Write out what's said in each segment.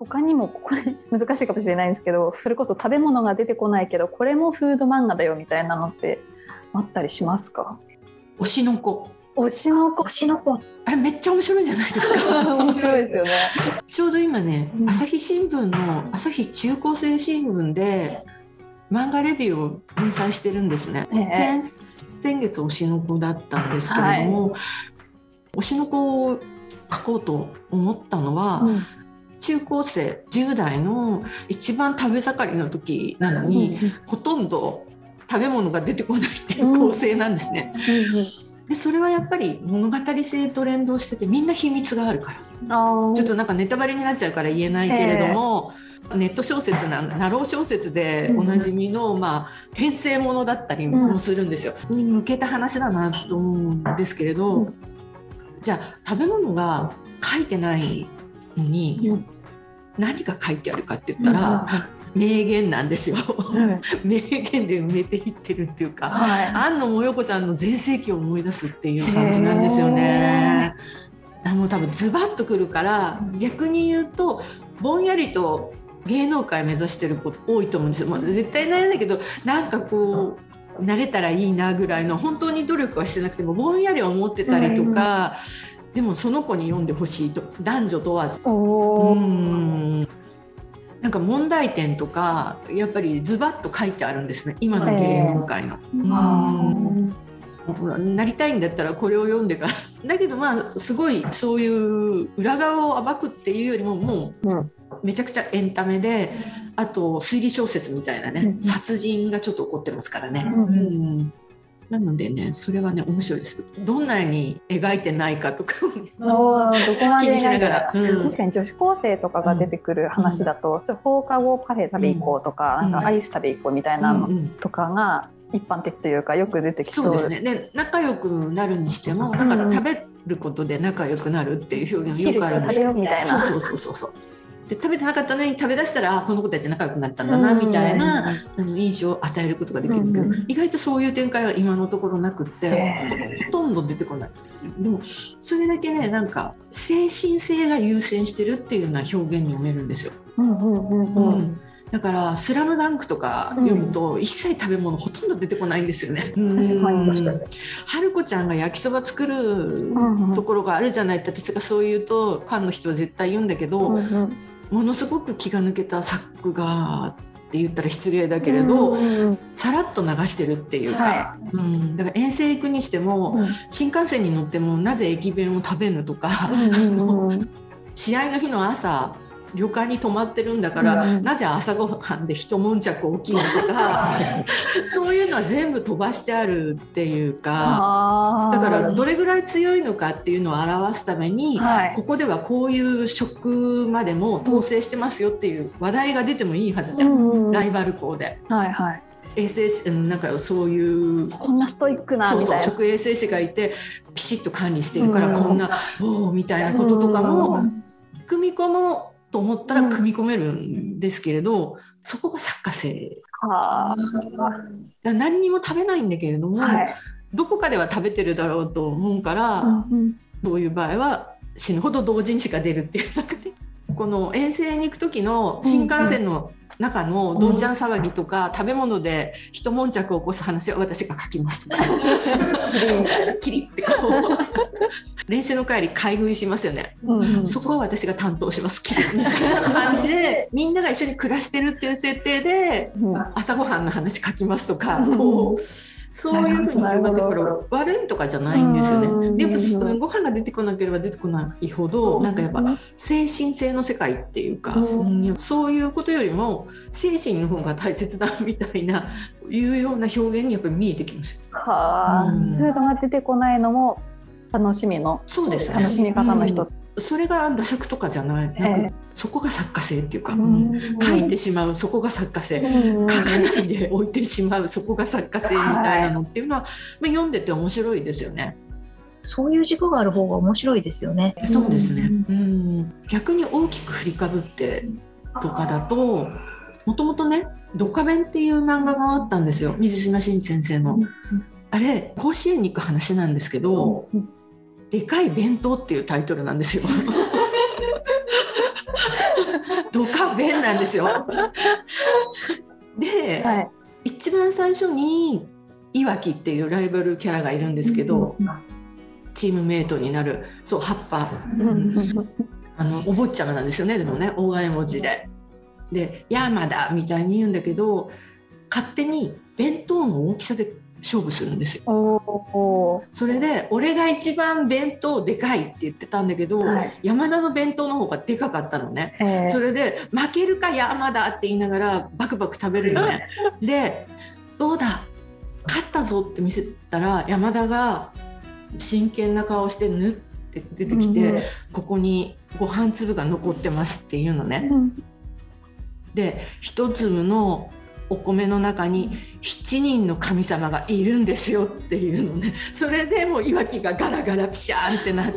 他にもこれ難しいかもしれないんですけど、それこそ食べ物が出てこないけどこれもフード漫画だよみたいなのってあったりしますか？ 推しの子。 推しの子。 推しの子。 あれめっちゃ面白いじゃないですか。 面白いですよね。 ちょうど今ね、 うん朝日新聞の朝日中高生新聞で漫画レビューを連載してるんですね。先月推しの子だったんですけれども、推しの子を書こうと思ったのは、中高生10代の一番食べ盛りの時なのに、ほとんど食べ物が出てこないっていう構成なんですね。でそれはやっぱり物語性と連動してて、みんな秘密があるから、ちょっとなんかネタバレになっちゃうから言えないけれども、ネット小説ナロー小説でおなじみの、転生ものだったりもするんですよ、に向けた話だなと思うんですけれど、じゃあ食べ物が書いてないのに、何が書いてあるかって言ったら、名言なんですよ、名言で埋めていってるっていうか、庵野もよこさんの全盛期を思い出すっていう感じなんですよね。もう多分ズバッとくるから、逆に言うとぼんやりと芸能界目指してる子多いと思うんですよ。絶対ないんだけど、なんかこう慣れたらいいなぐらいの、本当に努力はしてなくてもぼんやり思ってたりとか、でもその子に読んでほしいと、男女問わず。なんか問題点とかやっぱりズバッと書いてあるんですね、今の芸能界の。なりたいんだったらこれを読んでからだけどすごいそういう裏側を暴くっていうよりも、もうめちゃくちゃエンタメで、あと推理小説みたいなね、殺人がちょっと起こってますからね。なのでね、それはね面白いです。どんなに描いてないかとかをね、 どこまで気にしながら、 確かに女子高生とかが出てくる話だと、放課後カフェ食べ行こうとか、なんかアイス食べ行こうみたいなのとかが一般的というかよく出てきそうです。 そうですね。で仲良くなるにしても、だから食べることで仲良くなるっていう表現がよくあるんですけど、そうで食べてなかったのに食べ出したらこの子たち仲良くなったんだなみたいな印象を与えることができるけど、意外とそういう展開は今のところなくって、ほとんど出てこない。でもそれだけね、なんか精神性が優先してるっていうような表現に読めるんですよ。だからスラムダンクとか読むと、一切食べ物ほとんど出てこないんですよね。春子ちゃんが焼きそば作るところがあるじゃないって、私がそう言うとファンの人は絶対言うんだけど、ものすごく気が抜けた作画って言ったら失礼だけれど、さらっと流してるっていうか、だから遠征行くにしても、新幹線に乗ってもなぜ駅弁を食べぬとか、試合の日の朝旅館に泊まってるんだから、なぜ朝ごはんで一悶着起きるとかそういうのは全部飛ばしてあるっていうか、だからどれぐらい強いのかっていうのを表すために、ここではこういう職までも統制してますよっていう話題が出てもいいはずじゃん、ライバル校で。衛生士なんかそういうこんなストイックなみたいな、 食衛生士がいてピシッと管理しているから、こんなおーみたいなこととかも組み込もうと思ったら組み込めるんですけれど、そこが作家性。だ何にも食べないんだけれども、どこかでは食べてるだろうと思うから、そういう場合は死ぬほど同時にしか出るっていう中で、この遠征に行く時の新幹線の中のどんちゃん騒ぎとか、食べ物で一悶着を起こす話は私が書きますとかキリってこう練習の帰り買い食いしますよね、そこは私が担当しますキリみたいな感じで、みんなが一緒に暮らしてるっていう設定で、朝ごはんの話書きますとか、こうそういう風に広がってくる。悪いとかじゃないんですよね。でもご飯が出てこなければ出てこないほど、なんかやっぱ精神性の世界っていうか、そういうことよりも精神の方が大切だみたいないうような表現にやっぱり見えてきますよ。フードが出てこないのも楽しみの、 そうですね、 楽しみ方の人、 それが打作とかじゃない、そこが作家性っていうか、書いてしまうそこが作家性、書かないで置いてしまうそこが作家性みたいなのっていうのは、読んでて面白いですよね。 そういう軸がある方が面白いですよね。 そうですね、逆に大きく振りかぶってとかだと、もともとねドカベンっていう漫画があったんですよ、水島新司先生の。あれ甲子園に行く話なんですけど、でかい弁当っていうタイトルなんですよドカベンなんですよ。で、はい、一番最初にいわきっていうライバルキャラがいるんですけど、チームメイトになる、そう、葉っぱ、お坊ちゃまなんですよね。でもね、大金持ちで山だみたいに言うんだけど、勝手に弁当の大きさで勝負するんですよ。それで俺が一番弁当でかいって言ってたんだけど、はい、山田の弁当の方がでかかったのね。それで負けるか山田って言いながらバクバク食べるのね。で、どうだ勝ったぞって見せたら、山田が真剣な顔してぬって出てきて、ここにご飯粒が残ってますっていうのね。で、一粒のお米の中に7人の神様がいるんですよっていうのね。それでもういわきがガラガラピシャーンってなって、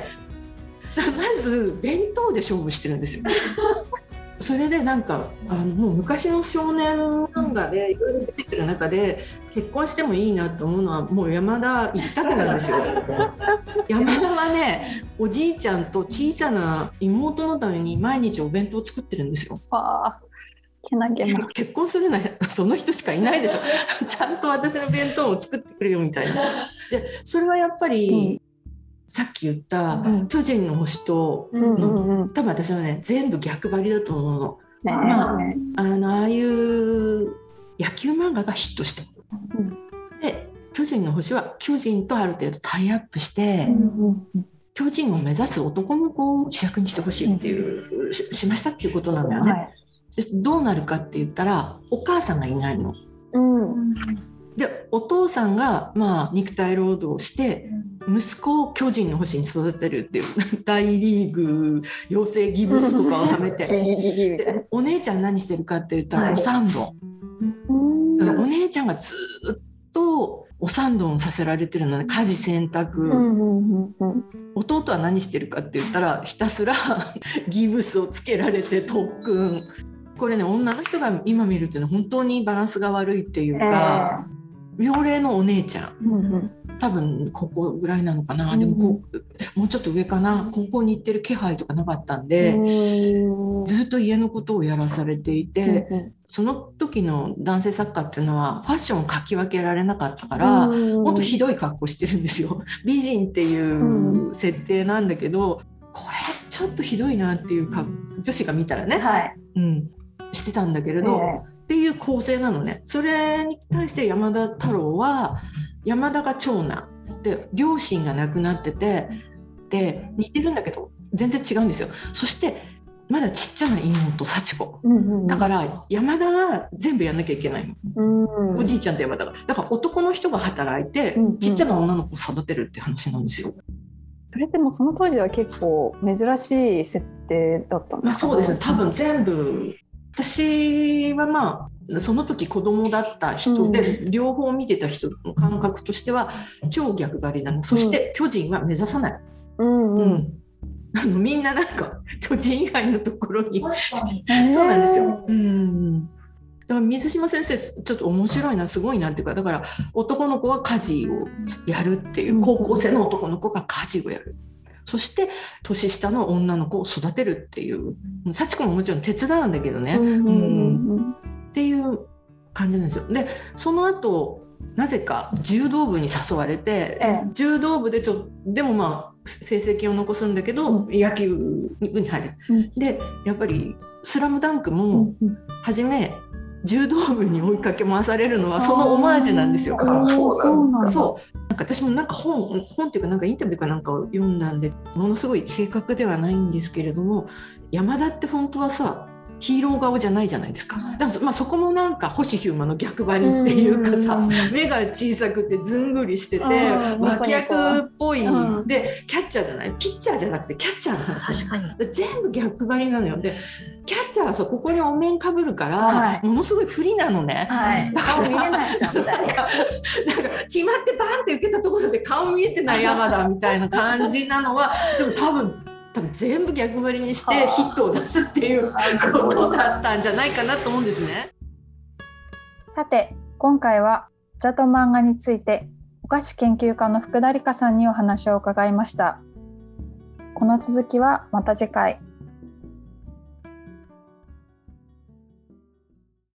まず弁当で勝負してるんですよ。それでなんかもう昔の少年漫画でいろいろ出てくる中で、結婚してもいいなと思うのはもう山田一択なんですよ。山田はね、おじいちゃんと小さな妹のために毎日お弁当を作ってるんですよ。結婚するならその人しかいないでしょ。ちゃんと私の弁当を作ってくれよみたいな。で、それはやっぱり、さっき言った巨人の星との、多分私はね全部逆張りだと思うの。まあ、ああいう野球漫画がヒットした。で、巨人の星は巨人とある程度タイアップして、巨人を目指す男の子を主役にしてほしいっていう、しましたっていうことなんだよね。で、どうなるかって言ったら、お母さんがいないの。で、お父さんがまあ肉体労働をして息子を巨人の星に育てるっていう大リーグ養成ギブスとかをはめてで、お姉ちゃん何してるかって言ったらお三度、だからお姉ちゃんがずっとお三度をさせられてるので、家事洗濯、弟は何してるかって言ったらひたすらギブスをつけられて特訓。これね、女の人が今見るというのは本当にバランスが悪いっていうか、妙齢のお姉ちゃん、多分高校ぐらいなのかな、でももうちょっと上かな、高校に行ってる気配とかなかったんで、ずっと家のことをやらされていて、その時の男性作家っていうのはファッションを描き分けられなかったから、もっとひどい格好してるんですよ。美人っていう設定なんだけど、これちょっとひどいなっていうか、女子が見たらね、してたんだけれど、っていう構成なのね。それに対して山田太郎は、山田が長男で両親が亡くなってて、で似てるんだけど全然違うんですよ。そしてまだちっちゃな妹幸子、だから山田が全部やんなきゃいけないの、おじいちゃんと山田が。だから男の人が働いて、ちっちゃな女の子を育てるって話なんですよ。 それってもうその当時は結構珍しい設定だったんですか？ そうですね、多分全部。私はまあその時子供だった人で、両方見てた人の感覚としては超逆張りなの。そして巨人は目指さない、みんななんか巨人以外のところにそうなんですよ。だから水島先生ちょっと面白いな、すごいなっていうか、だから男の子は家事をやるっていう、高校生の男の子が家事をやる、そして年下の女の子を育てるっていう、幸子ももちろん手伝うんだけどね、っていう感じなんですよ。で、その後なぜか柔道部に誘われて、柔道部ででもまあ成績を残すんだけど、野球部に入る、でやっぱり「スラムダンクも初め柔道部に追いかけ回されるのはそのオマージュなんですよ。そうなんか私もなんか本っていうか、なんかインタビューかなんかを読んだんで、ものすごい正確ではないんですけれども、山田って本当はさヒーロー顔じゃないじゃないですか。でもまあそこもなんか星飛雄馬の逆張りっていうかさ、目が小さくてずんぐりしてて脇役っぽい、でキャッチャーじゃない、ピッチャーじゃなくてキャッチャーの話、全部逆張りなのよ。でキャッチャーはさ、ここにお面かぶるから、ものすごい不利なのね、 だから見れないですよみたいな、なんか決まってバーンって受けたところで顔見えてない山田みたいな感じなのはでも多分全部逆張りにしてヒットを出すっていうことだったんじゃないかなと思うんですね。 さて、今回はお茶と漫画についてお菓子研究家の福田理香さんにお話を伺いました。この続きはまた次回。